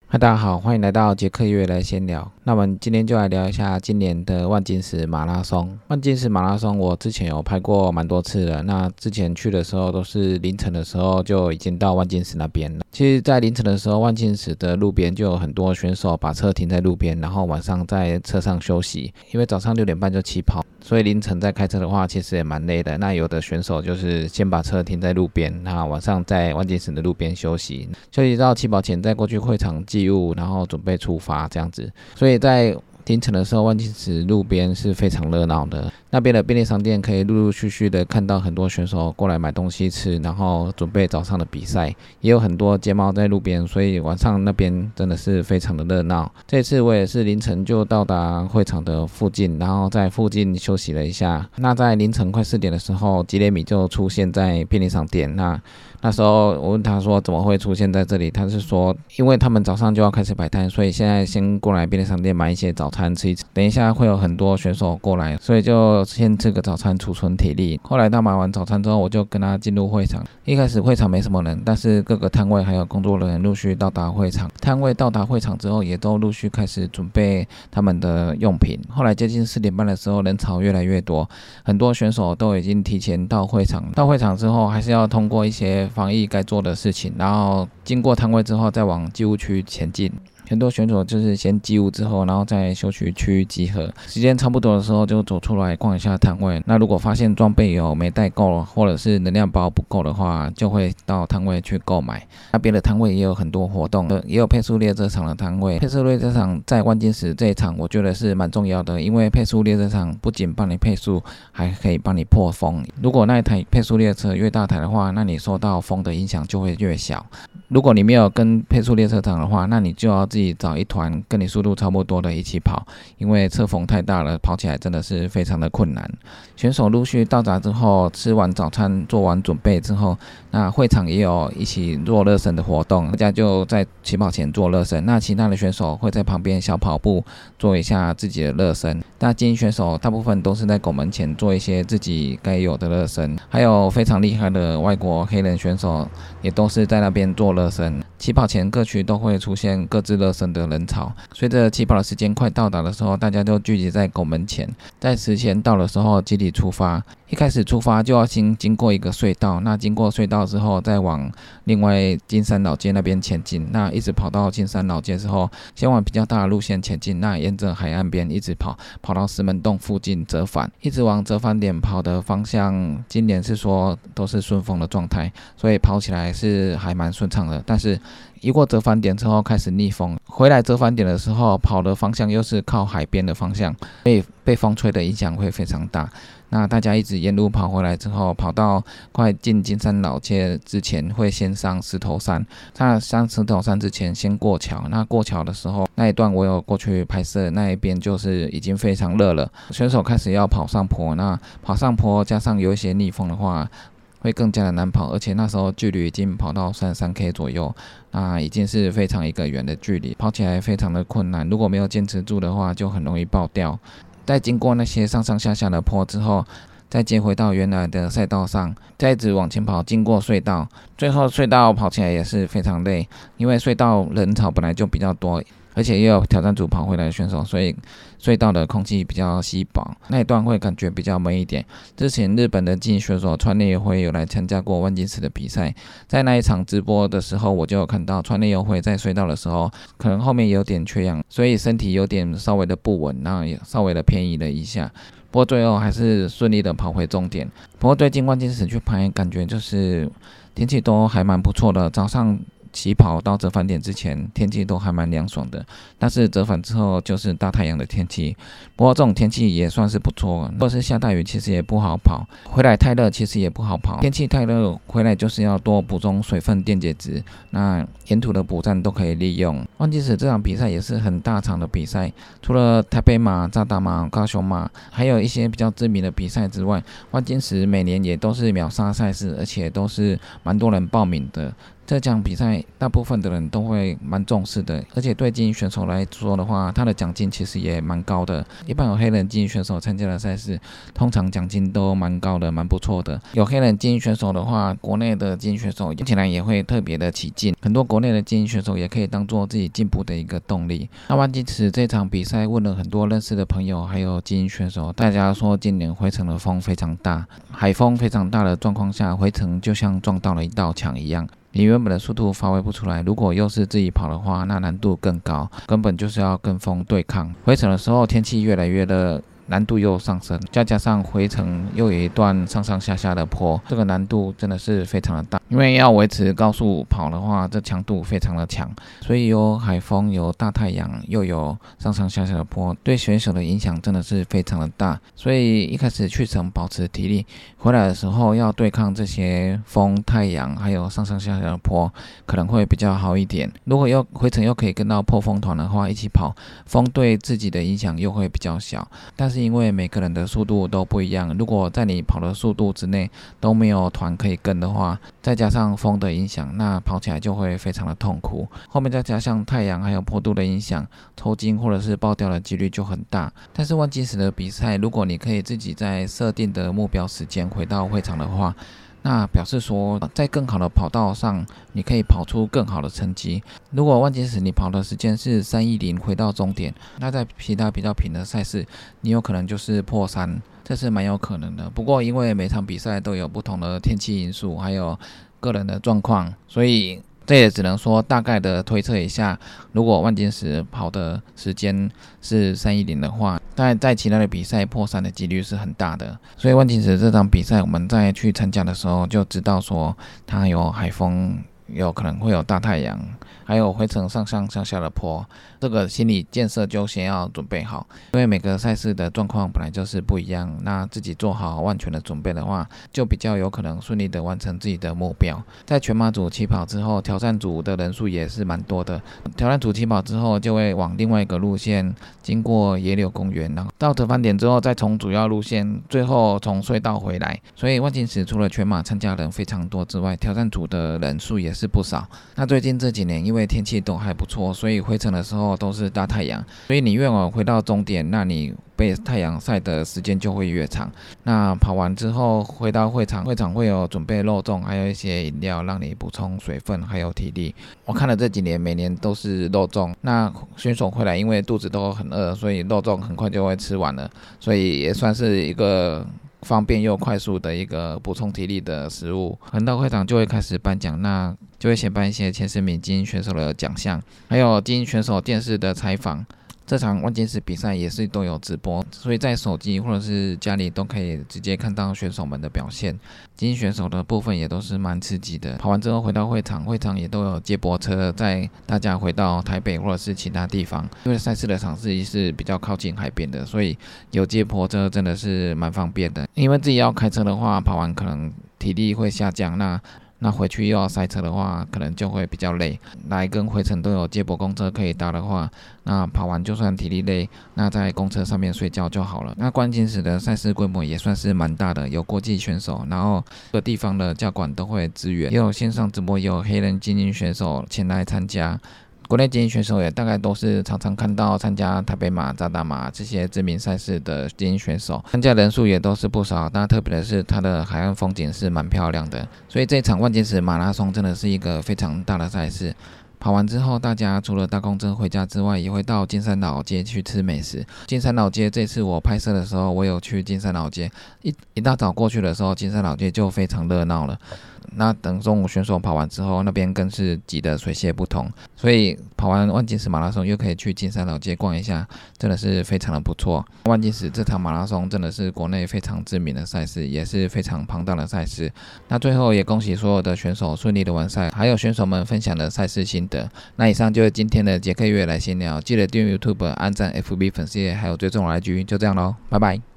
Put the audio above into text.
嗨，大家好，欢迎来到杰克约来闲聊。那我们今天就来聊一下今年的万金石马拉松。万金石马拉松我之前有拍过蛮多次了，那之前去的时候都是凌晨的时候就已经到万金石那边了。其实在凌晨的时候，万金石的路边就有很多选手把车停在路边，然后晚上在车上休息，因为早上6点半就起跑，所以凌晨在开车的话其实也蛮累的。那有的选手就是先把车停在路边，那晚上在万金石的路边休息到起跑前再过去会场记录，然后准备出发这样子。所以在凌晨的时候，万金石路边是非常热闹的。那边的便利商店可以陆陆续续的看到很多选手过来买东西吃，然后准备早上的比赛。也有很多街猫在路边，所以晚上那边真的是非常的热闹。这次我也是凌晨就到达会场的附近，然后在附近休息了一下。那在凌晨快4点的时候，吉列米就出现在便利商店。那时候我问他说怎么会出现在这里，他是说因为他们早上就要开始摆摊，所以现在先过来便利商店买一些早餐吃一吃，等一下会有很多选手过来，所以就先吃个早餐储存体力。后来他买完早餐之后，我就跟他进入会场。一开始会场没什么人，但是各个摊位还有工作人员陆续到达会场。摊位到达会场之后，也都陆续开始准备他们的用品。后来接近4点半的时候，人潮越来越多，很多选手都已经提前到会场。到会场之后，还是要通过一些防疫该做的事情，然后经过摊位之后再往寄物区前进。很多选手就是先寄物之后，然后在休息区集合。时间差不多的时候就走出来逛一下摊位。那如果发现装备有没带够，或者是能量包不够的话，就会到摊位去购买。那边的摊位也有很多活动，也有配速列车场的摊位。配速列车场在万金石这一场，我觉得是蛮重要的，因为配速列车场不仅帮你配速，还可以帮你破风。如果那一台配速列车越大台的话，那你受到风的影响就会越小。如果你没有跟配速列车场的话，那你就要自己找一团跟你速度差不多的一起跑，因为侧风太大了，跑起来真的是非常的困难。选手陆续到达之后，吃完早餐做完准备之后，那会场也有一起做热身的活动，大家就在起跑前做热身。那其他的选手会在旁边小跑步做一下自己的热身。那精英选手大部分都是在拱门前做一些自己该有的热身，还有非常厉害的外国黑人选手也都是在那边做热身。起跑前各区都会出现各自热身的人潮，随着起跑的时间快到达的时候，大家就聚集在拱门前，在时间到的时候集体出发。一开始出发就要先经过一个隧道，那经过隧道之后再往另外金山老街那边前进。那一直跑到金山老街之后，先往比较大的路线前进，那沿着海岸边一直跑到石门洞附近折返，一直往折返点跑的方向，今年是说都是顺风的状态，所以跑起来是还蛮顺畅的。但是一过折返点之后开始逆风，回来折返点的时候跑的方向又是靠海边的方向，所以被风吹的影响会非常大。那大家一直沿路跑回来之后，跑到快进金山老街之前，会先上石头山。那上石头山之前先过桥，那过桥的时候那一段我有过去拍摄，那一边就是已经非常热了，选手开始要跑上坡。那跑上坡加上有一些逆风的话，会更加的难跑，而且那时候距离已经跑到33K 左右，那已经是非常一个远的距离，跑起来非常的困难。如果没有坚持住的话，就很容易爆掉。在经过那些上上下下的坡之后，再接回到原来的赛道上，再一直往前跑，经过隧道，最后隧道跑起来也是非常累，因为隧道人潮本来就比较多，而且也有挑战组跑回来的选手，所以隧道的空气比较稀薄，那一段会感觉比较闷一点。之前日本的精英选手川内优辉有来参加过万金石的比赛，在那一场直播的时候，我就有看到川内优辉在隧道的时候，可能后面有点缺氧，所以身体有点稍微的不稳，然后也稍微的偏移了一下。不过最后还是顺利的跑回终点。不过最近万金石去拍，感觉就是天气都还蛮不错的，早上起跑到折返点之前，天气都还蛮凉爽的，但是折返之后就是大太阳的天气。不过这种天气也算是不错，如果是下大雨其实也不好跑，回来太热其实也不好跑。天气太热回来就是要多补充水分电解质，那沿途的补站都可以利用。万金石这场比赛也是很大场的比赛，除了台北马、渣打马、高雄马，还有一些比较知名的比赛之外，万金石每年也都是秒杀赛事，而且都是蛮多人报名的。 这场比赛大部分的人都会蛮重视的，而且对精英选手来说的话，他的奖金其实也蛮高的。一般有黑人精英选手参加的赛事，通常奖金都蛮高的，蛮不错的。有黑人精英选手的话，国内的精英选手用起来也会特别的起劲，很多国内的精英选手也可以当做自己进步的一个动力。那万金池这场比赛问了很多认识的朋友，还有精英选手，大家说今年回程的风非常大，海风非常大的状况下，回程就像撞到了一道墙一样。你原本的速度发挥不出来，如果又是自己跑的话，那难度更高，根本就是要跟风对抗。回程的时候天气越来越热，难度又上升，再加上回程又有一段上上下下的坡，这个难度真的是非常的大。因为要维持高速跑的话，这强度非常的强，所以有海风、有大太阳，又有上上下下的坡，对选手的影响真的是非常的大。所以一开始去程保持体力，回来的时候要对抗这些风、太阳，还有上上下下的坡，可能会比较好一点。如果要回程又可以跟到破风团的话，一起跑，风对自己的影响又会比较小。但是因为每个人的速度都不一样，如果在你跑的速度之内都没有团可以跟的话，再加上风的影响，那跑起来就会非常的痛苦。后面再加上太阳还有坡度的影响，抽筋或者是爆掉的几率就很大。但是万金石的比赛，如果你可以自己在设定的目标时间回到会场的话，那表示说在更好的跑道上你可以跑出更好的成绩。如果万金石你跑的时间是310回到终点，那在其他比较平的赛事你有可能就是破3，这是蛮有可能的。不过因为每场比赛都有不同的天气因素还有个人的状况，所以这也只能说大概的推测一下，如果万金石跑的时间是310的话，但在其他的比赛破3的几率是很大的。所以万金石这场比赛我们在去参加的时候就知道说它有海风，有可能会有大太阳，还有回程上上下下的坡，这个心理建设就先要准备好。因为每个赛事的状况本来就是不一样，那自己做好万全的准备的话，就比较有可能顺利的完成自己的目标。在全马组起跑之后，挑战组的人数也是蛮多的。挑战组起跑之后就会往另外一个路线，经过野柳公园，然后到折返点之后再从主要路线，最后从隧道回来。所以万金石除了全马参加人非常多之外，挑战组的人数也是不少。那最近这几年因为天气都还不错，所以回程的时候都是大太阳，所以你越晚回到终点，那你被太阳晒的时间就会越长。那跑完之后回到会场会有准备肉粽，还有一些饮料让你补充水分还有体力。我看了这几年每年都是肉粽，那选手回来因为肚子都很饿，所以肉粽很快就会吃完了，所以也算是一个方便又快速的一个补充体力的食物。回到会场就会开始颁奖，那就会先颁一些前10名精英选手的奖项，还有精英选手电视的采访。这场万金石比赛也是都有直播，所以在手机或者是家里都可以直接看到选手们的表现。精英选手的部分也都是蛮刺激的。跑完之后回到会场也都有接驳车载大家回到台北或者是其他地方。因为赛事的场地是比较靠近海边的，所以有接驳车真的是蛮方便的。因为自己要开车的话，跑完可能体力会下降，那回去又要塞车的话，可能就会比较累。来跟回程都有接驳公车可以搭的话，那跑完就算体力累，那在公车上面睡觉就好了。那万金石的赛事规模也算是蛮大的，有国际选手，然后各个地方的教馆都会支援，也有线上直播，也有黑人精英选手前来参加。国内精英选手也大概都是常常看到参加台北马、渣打马这些知名赛事的精英选手，参加人数也都是不少。但特别的是，它的海岸风景是蛮漂亮的，所以这场万金石马拉松真的是一个非常大的赛事。跑完之后，大家除了搭公车回家之外，也会到金山老街去吃美食。金山老街这次我拍摄的时候，我有去金山老街，一大早过去的时候，金山老街就非常热闹了。那等中午选手跑完之后，那边更是挤得水泄不通，所以跑完万金石马拉松又可以去金山老街逛一下，真的是非常的不错。万金石这场马拉松真的是国内非常知名的赛事，也是非常庞大的赛事。那最后也恭喜所有的选手顺利的完赛，还有选手们分享的赛事心得。那以上就是今天的杰克月来闲聊，记得订阅 YouTube、按赞 FB 粉丝页，还有追踪我 IG，就这样咯，拜拜。